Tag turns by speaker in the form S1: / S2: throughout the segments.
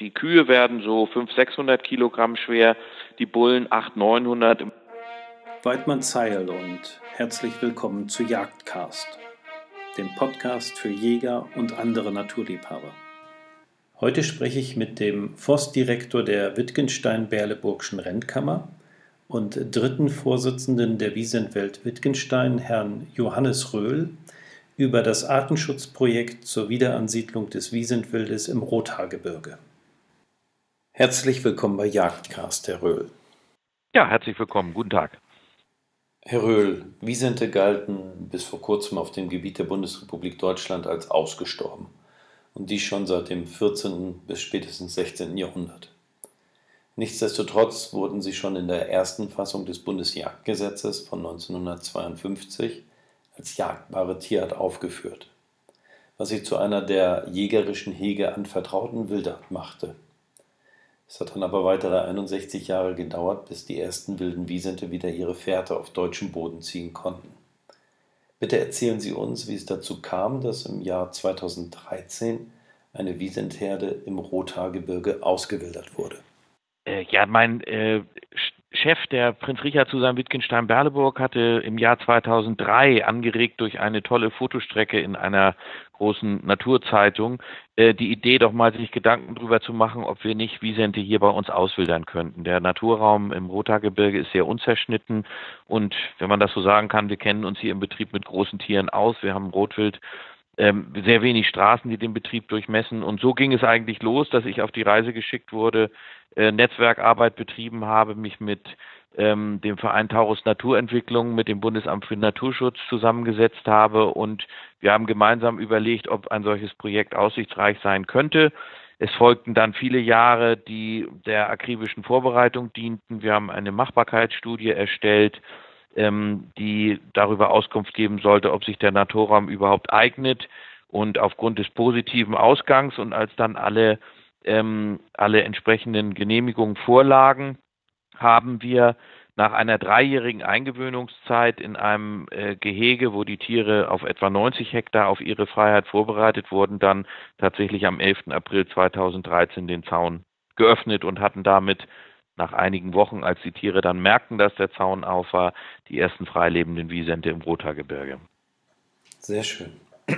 S1: Die Kühe werden so 500, 600 Kilogramm schwer, die Bullen 800, 900.
S2: Weidmann Zeil und herzlich willkommen zu Jagdcast, dem Podcast für Jäger und andere Naturliebhaber. Heute spreche ich mit dem Forstdirektor der Wittgenstein-Berleburgschen Rentkammer und dritten Vorsitzenden der Wiesentwelt Wittgenstein, Herrn Johannes Röhl, über das Artenschutzprojekt zur Wiederansiedlung des Wiesentwildes im Rothaargebirge. Herzlich willkommen bei Jagdcast, Herr Röhl.
S1: Ja, herzlich willkommen. Guten Tag.
S2: Herr Röhl, Wisente galten bis vor kurzem auf dem Gebiet der Bundesrepublik Deutschland als ausgestorben. Und dies schon seit dem 14. bis spätestens 16. Jahrhundert. Nichtsdestotrotz wurden sie schon in der ersten Fassung des Bundesjagdgesetzes von 1952 als jagdbare Tierart aufgeführt, was sie zu einer der jägerischen Hege anvertrauten Wildart machte. Es hat dann aber weitere 61 Jahre gedauert, bis die ersten wilden Wisente wieder ihre Fährte auf deutschem Boden ziehen konnten. Bitte erzählen Sie uns, wie es dazu kam, dass im Jahr 2013 eine Wisentherde im Rothaargebirge ausgewildert wurde.
S1: Mein Chef, der Prinz Richard Susan Wittgenstein-Berleburg, hatte im Jahr 2003, angeregt durch eine tolle Fotostrecke in einer großen Naturzeitung, die Idee, doch mal sich Gedanken darüber zu machen, ob wir nicht Wisente hier bei uns auswildern könnten. Der Naturraum im Rothaargebirge ist sehr unzerschnitten und, wenn man das so sagen kann, wir kennen uns hier im Betrieb mit großen Tieren aus. Wir haben Rotwild, sehr wenig Straßen, die den Betrieb durchmessen. Und so ging es eigentlich los, dass ich auf die Reise geschickt wurde, Netzwerkarbeit betrieben habe, mich mit dem Verein Taurus Naturentwicklung, mit dem Bundesamt für Naturschutz zusammengesetzt habe und wir haben gemeinsam überlegt, ob ein solches Projekt aussichtsreich sein könnte. Es folgten dann viele Jahre, die der akribischen Vorbereitung dienten. Wir haben eine Machbarkeitsstudie erstellt, die darüber Auskunft geben sollte, ob sich der Naturraum überhaupt eignet. Und aufgrund des positiven Ausgangs und als dann alle entsprechenden Genehmigungen vorlagen, haben wir nach einer 3-jährigen Eingewöhnungszeit in einem Gehege, wo die Tiere auf etwa 90 Hektar auf ihre Freiheit vorbereitet wurden, dann tatsächlich am 11. April 2013 den Zaun geöffnet und hatten damit nach einigen Wochen, als die Tiere dann merkten, dass der Zaun auf war, die ersten freilebenden Wisente im Rothaargebirge.
S2: Sehr schön.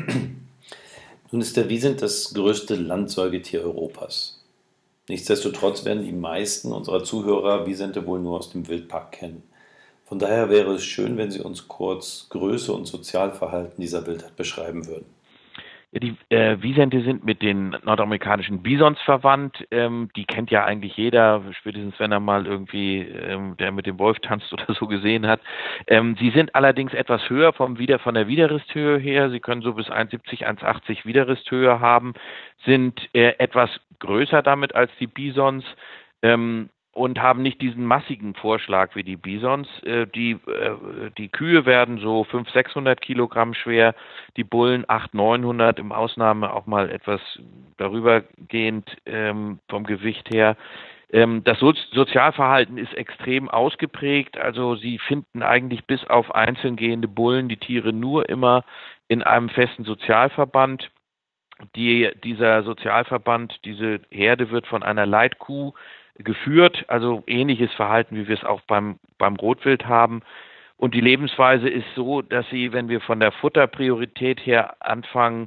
S2: Nun ist der Wisent das größte Landsäugetier Europas. Nichtsdestotrotz werden die meisten unserer Zuhörer Wisente wohl nur aus dem Wildpark kennen. Von daher wäre es schön, wenn Sie uns kurz Größe und Sozialverhalten dieser Wildart beschreiben würden.
S1: Die Wisente sind mit den nordamerikanischen Bisons verwandt. Die kennt ja eigentlich jeder, spätestens wenn er mal irgendwie der mit dem Wolf tanzt oder so gesehen hat. Sie sind allerdings etwas höher von der Widerristhöhe her. Sie können so bis 1,70, 1,80 Widerristhöhe haben, sind etwas größer damit als die Bisons. Und haben nicht diesen massigen Vorschlag wie die Bisons. Die Kühe werden so 500, 600 Kilogramm schwer, die Bullen 800, 900, im Ausnahme auch mal etwas darübergehend vom Gewicht her. Das Sozialverhalten ist extrem ausgeprägt, also sie finden eigentlich bis auf einzeln gehende Bullen die Tiere nur immer in einem festen Sozialverband. Dieser Sozialverband, diese Herde wird von einer Leitkuh geführt, also ähnliches Verhalten, wie wir es auch beim Rotwild haben. Und die Lebensweise ist so, dass sie, wenn wir von der Futterpriorität her anfangen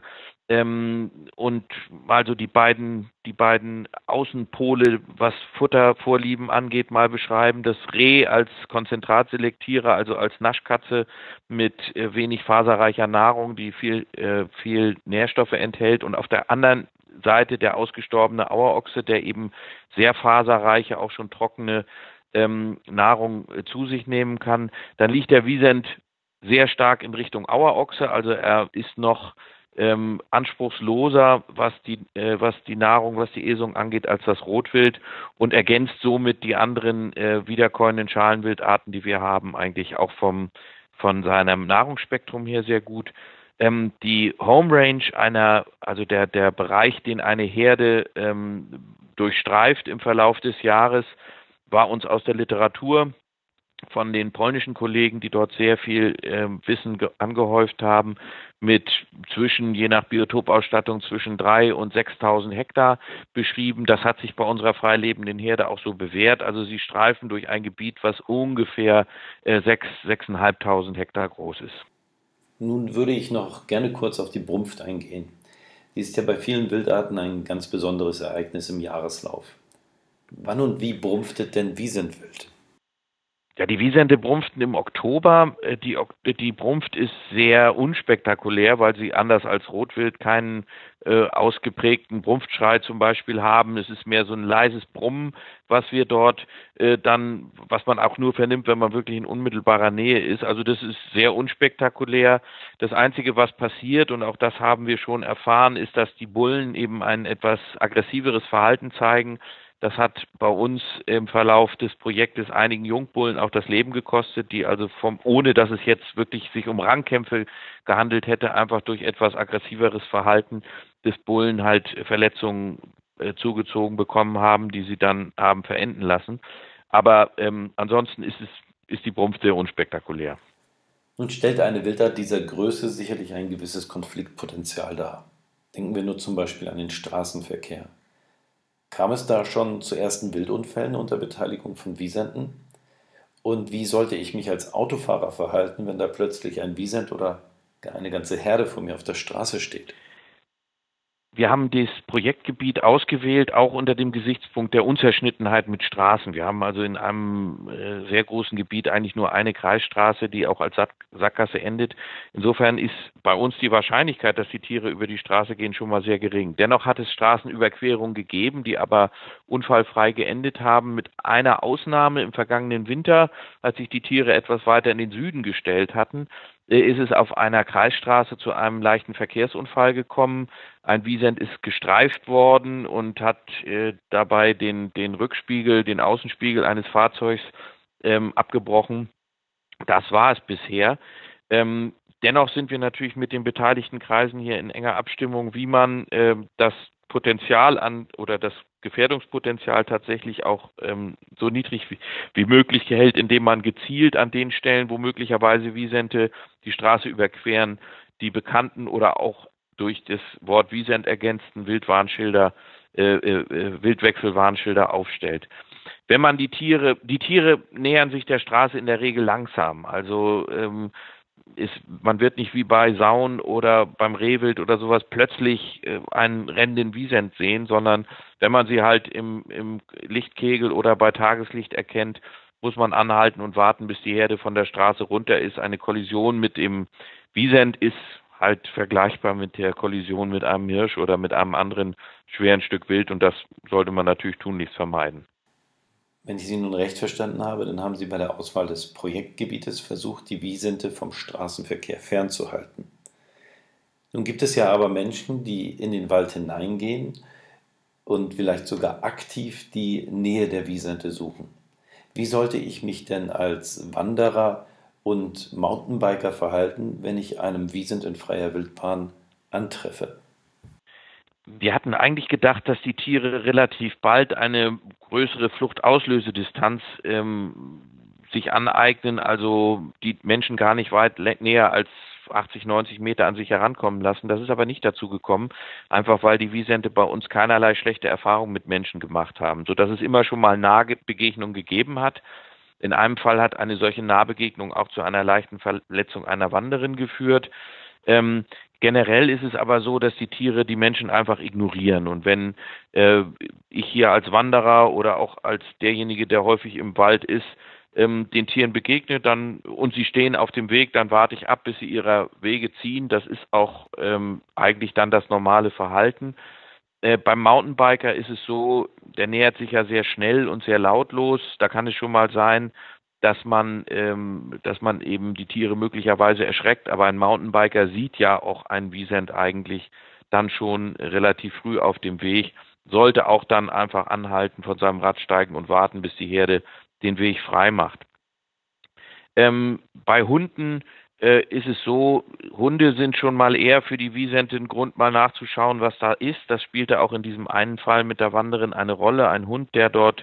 S1: und mal so die beiden Außenpole, was Futtervorlieben angeht, mal beschreiben, das Reh als Konzentratselektierer, also als Naschkatze mit wenig faserreicher Nahrung, die viel Nährstoffe enthält, und auf der anderen Seite der ausgestorbene Auerochse, der eben sehr faserreiche, auch schon trockene Nahrung zu sich nehmen kann. Dann liegt der Wisent sehr stark in Richtung Auerochse, also er ist noch anspruchsloser, was die Nahrung, was die Esung angeht, als das Rotwild und ergänzt somit die anderen wiederkäuenden Schalenwildarten, die wir haben, eigentlich auch von seinem Nahrungsspektrum her sehr gut. Die Home Range also der Bereich, den eine Herde durchstreift im Verlauf des Jahres, war uns aus der Literatur von den polnischen Kollegen, die dort sehr viel Wissen angehäuft haben, mit je nach Biotopausstattung zwischen 3.000 und 6.000 Hektar beschrieben. Das hat sich bei unserer freilebenden Herde auch so bewährt. Also sie streifen durch ein Gebiet, was ungefähr 6.500 Hektar groß ist.
S2: Nun würde ich noch gerne kurz auf die Brunft eingehen. Die ist ja bei vielen Wildarten ein ganz besonderes Ereignis im Jahreslauf. Wann und wie brumpftet denn Wiesentwild?
S1: Ja, die Wisente brumpften im Oktober. Die Brumpft ist sehr unspektakulär, weil sie anders als Rotwild keinen ausgeprägten Brumpfschrei zum Beispiel haben. Es ist mehr so ein leises Brummen, was wir dort was man auch nur vernimmt, wenn man wirklich in unmittelbarer Nähe ist. Also das ist sehr unspektakulär. Das Einzige, was passiert, und auch das haben wir schon erfahren, ist, dass die Bullen eben ein etwas aggressiveres Verhalten zeigen. Das hat bei uns im Verlauf des Projektes einigen Jungbullen auch das Leben gekostet, die also ohne dass es jetzt wirklich sich um Rangkämpfe gehandelt hätte, einfach durch etwas aggressiveres Verhalten des Bullen halt Verletzungen zugezogen bekommen haben, die sie dann haben verenden lassen. Aber ansonsten ist die Brunft sehr unspektakulär.
S2: Nun stellt eine Wildart dieser Größe sicherlich ein gewisses Konfliktpotenzial dar. Denken wir nur zum Beispiel an den Straßenverkehr. Kam es da schon zu ersten Wildunfällen unter Beteiligung von Wisenten? Und wie sollte ich mich als Autofahrer verhalten, wenn da plötzlich ein Wisent oder gar eine ganze Herde vor mir auf der Straße steht?
S1: Wir haben das Projektgebiet ausgewählt, auch unter dem Gesichtspunkt der Unzerschnittenheit mit Straßen. Wir haben also in einem sehr großen Gebiet eigentlich nur eine Kreisstraße, die auch als Sackgasse endet. Insofern ist bei uns die Wahrscheinlichkeit, dass die Tiere über die Straße gehen, schon mal sehr gering. Dennoch hat es Straßenüberquerungen gegeben, die aber unfallfrei geendet haben, mit einer Ausnahme im vergangenen Winter, als sich die Tiere etwas weiter in den Süden gestellt hatten. Ist es auf einer Kreisstraße zu einem leichten Verkehrsunfall gekommen. Ein Wisent ist gestreift worden und hat dabei den Rückspiegel, den Außenspiegel eines Fahrzeugs abgebrochen. Das war es bisher. Dennoch sind wir natürlich mit den beteiligten Kreisen hier in enger Abstimmung, wie man das Potenzial oder das Gefährdungspotenzial tatsächlich auch so niedrig wie möglich hält, indem man gezielt an den Stellen, wo möglicherweise Wisente die Straße überqueren, die bekannten oder auch durch das Wort Wisent ergänzten Wildwechselwarnschilder aufstellt. Wenn man die Tiere nähern sich der Straße in der Regel langsam. Also man wird nicht wie bei Sauen oder beim Rehwild oder sowas plötzlich einen rennenden Wisent sehen, sondern wenn man sie halt im Lichtkegel oder bei Tageslicht erkennt, muss man anhalten und warten, bis die Herde von der Straße runter ist. Eine Kollision mit dem Wisent ist halt vergleichbar mit der Kollision mit einem Hirsch oder mit einem anderen schweren Stück Wild, und das sollte man natürlich tunlichst vermeiden.
S2: Wenn ich Sie nun recht verstanden habe, dann haben Sie bei der Auswahl des Projektgebietes versucht, die Wisente vom Straßenverkehr fernzuhalten. Nun gibt es ja aber Menschen, die in den Wald hineingehen und vielleicht sogar aktiv die Nähe der Wisente suchen. Wie sollte ich mich denn als Wanderer und Mountainbiker verhalten, wenn ich einem Wisent in freier Wildbahn antreffe?
S1: Wir hatten eigentlich gedacht, dass die Tiere relativ bald eine größere Fluchtauslösedistanz sich aneignen, also die Menschen gar nicht weit näher als 80, 90 Meter an sich herankommen lassen. Das ist aber nicht dazu gekommen, einfach weil die Wisente bei uns keinerlei schlechte Erfahrungen mit Menschen gemacht haben, sodass es immer schon mal Nahbegegnungen gegeben hat. In einem Fall hat eine solche Nahbegegnung auch zu einer leichten Verletzung einer Wanderin geführt. Generell ist es aber so, dass die Tiere die Menschen einfach ignorieren. Und wenn ich hier als Wanderer oder auch als derjenige, der häufig im Wald ist, den Tieren begegnet und sie stehen auf dem Weg, dann warte ich ab, bis sie ihrer Wege ziehen. Das ist auch eigentlich dann das normale Verhalten. Beim Mountainbiker ist es so, der nähert sich ja sehr schnell und sehr lautlos. Da kann es schon mal sein, dass man eben die Tiere möglicherweise erschreckt, aber ein Mountainbiker sieht ja auch einen Wisent eigentlich dann schon relativ früh auf dem Weg, sollte auch dann einfach anhalten, von seinem Rad steigen und warten, bis die Herde den Weg frei macht. Bei Hunden ist es so, Hunde sind schon mal eher für die Wisente ein Grund, mal nachzuschauen, was da ist. Das spielte auch in diesem einen Fall mit der Wanderin eine Rolle. Ein Hund, der dort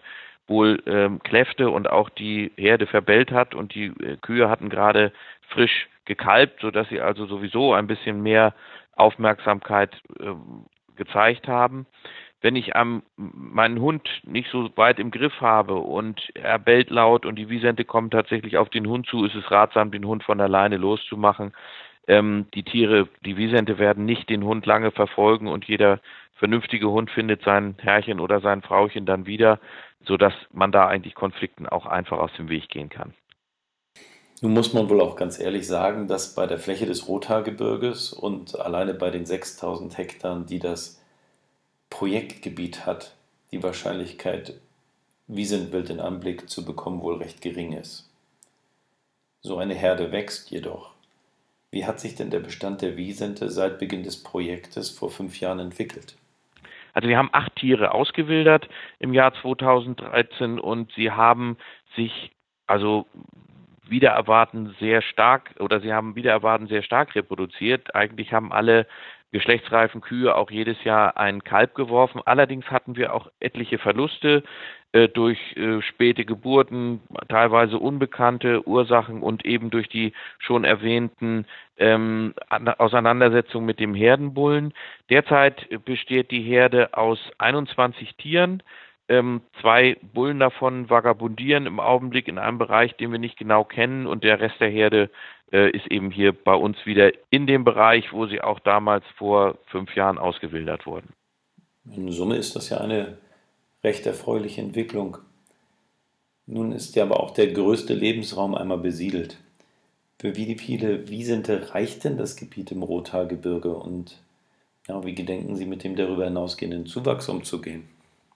S1: wohl kläffte und auch die Herde verbellt hat, und die Kühe hatten gerade frisch gekalbt, sodass sie also sowieso ein bisschen mehr Aufmerksamkeit gezeigt haben. Wenn ich meinen Hund nicht so weit im Griff habe und er bellt laut und die Wisente kommen tatsächlich auf den Hund zu, ist es ratsam, den Hund von alleine loszumachen. Die Tiere, die Wisente werden nicht den Hund lange verfolgen, und jeder vernünftige Hund findet sein Herrchen oder sein Frauchen dann wieder, sodass man da eigentlich Konflikten auch einfach aus dem Weg gehen kann.
S2: Nun muss man wohl auch ganz ehrlich sagen, dass bei der Fläche des Rothaargebirges und alleine bei den 6000 Hektar, die das Projektgebiet hat, die Wahrscheinlichkeit, Wiesenwild in Anblick zu bekommen, wohl recht gering ist. So eine Herde wächst jedoch. Wie hat sich denn der Bestand der Wisente seit Beginn des Projektes vor 5 Jahren entwickelt?
S1: Also wir haben 8 Tiere ausgewildert im Jahr 2013, und sie haben sich also sie haben wieder erwarten sehr stark reproduziert. Eigentlich haben alle geschlechtsreifen Kühe auch jedes Jahr ein Kalb geworfen. Allerdings hatten wir auch etliche Verluste durch späte Geburten, teilweise unbekannte Ursachen, und eben durch die schon erwähnten Auseinandersetzungen mit dem Herdenbullen. Derzeit besteht die Herde aus 21 Tieren. 2 Bullen davon vagabundieren im Augenblick in einem Bereich, den wir nicht genau kennen, und der Rest der Herde ist eben hier bei uns wieder in dem Bereich, wo sie auch damals vor 5 Jahren ausgewildert wurden.
S2: In Summe ist das ja eine recht erfreuliche Entwicklung. Nun ist ja aber auch der größte Lebensraum einmal besiedelt. Für wie viele Wisente reicht denn das Gebiet im Rothaargebirge, und ja, wie gedenken Sie mit dem darüber hinausgehenden Zuwachs umzugehen?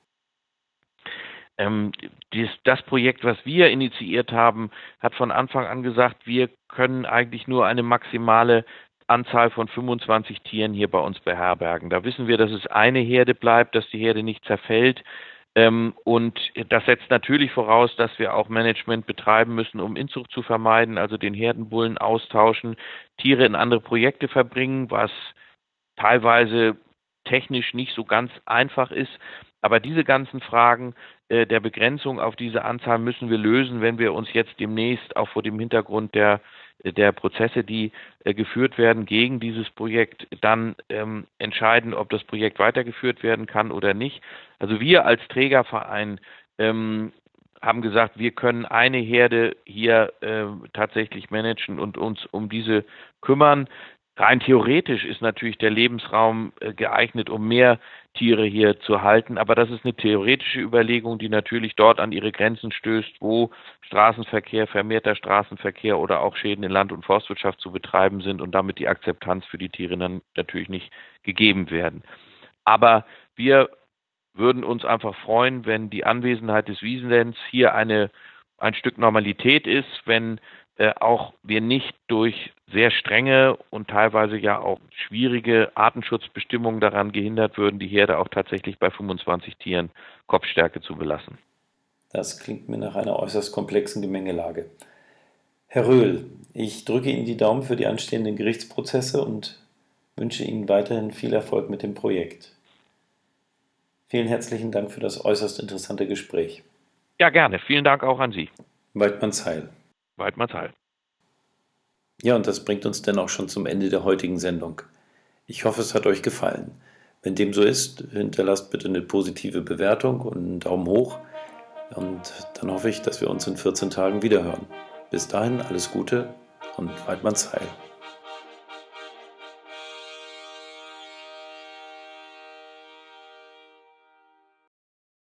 S1: Das Projekt, was wir initiiert haben, hat von Anfang an gesagt, wir können eigentlich nur eine maximale Anzahl von 25 Tieren hier bei uns beherbergen. Da wissen wir, dass es eine Herde bleibt, dass die Herde nicht zerfällt. Und das setzt natürlich voraus, dass wir auch Management betreiben müssen, um Inzucht zu vermeiden, also den Herdenbullen austauschen, Tiere in andere Projekte verbringen, was teilweise technisch nicht so ganz einfach ist. Aber diese ganzen Fragen der Begrenzung auf diese Anzahl müssen wir lösen, wenn wir uns jetzt demnächst auch vor dem Hintergrund der Prozesse, die geführt werden gegen dieses Projekt, dann entscheiden, ob das Projekt weitergeführt werden kann oder nicht. Also wir als Trägerverein haben gesagt, wir können eine Herde hier tatsächlich managen und uns um diese kümmern. Rein theoretisch ist natürlich der Lebensraum geeignet, um mehr Tiere hier zu halten, aber das ist eine theoretische Überlegung, die natürlich dort an ihre Grenzen stößt, wo Straßenverkehr, vermehrter Straßenverkehr oder auch Schäden in Land- und Forstwirtschaft zu betreiben sind und damit die Akzeptanz für die Tiere dann natürlich nicht gegeben werden. Aber wir würden uns einfach freuen, wenn die Anwesenheit des Wiesenlends hier ein Stück Normalität ist, wenn auch wir nicht durch sehr strenge und teilweise ja auch schwierige Artenschutzbestimmungen daran gehindert würden, die Herde auch tatsächlich bei 25 Tieren Kopfstärke zu belassen.
S2: Das klingt mir nach einer äußerst komplexen Gemengelage. Herr Röhl, ich drücke Ihnen die Daumen für die anstehenden Gerichtsprozesse und wünsche Ihnen weiterhin viel Erfolg mit dem Projekt. Vielen herzlichen Dank für das äußerst interessante Gespräch.
S1: Ja, gerne. Vielen Dank auch an Sie.
S2: Weidmannsheil.
S1: Weidmannsheil.
S2: Ja, und das bringt uns dann auch schon zum Ende der heutigen Sendung. Ich hoffe, es hat euch gefallen. Wenn dem so ist, hinterlasst bitte eine positive Bewertung und einen Daumen hoch. Und dann hoffe ich, dass wir uns in 14 Tagen wiederhören. Bis dahin alles Gute und Weidmannsheil.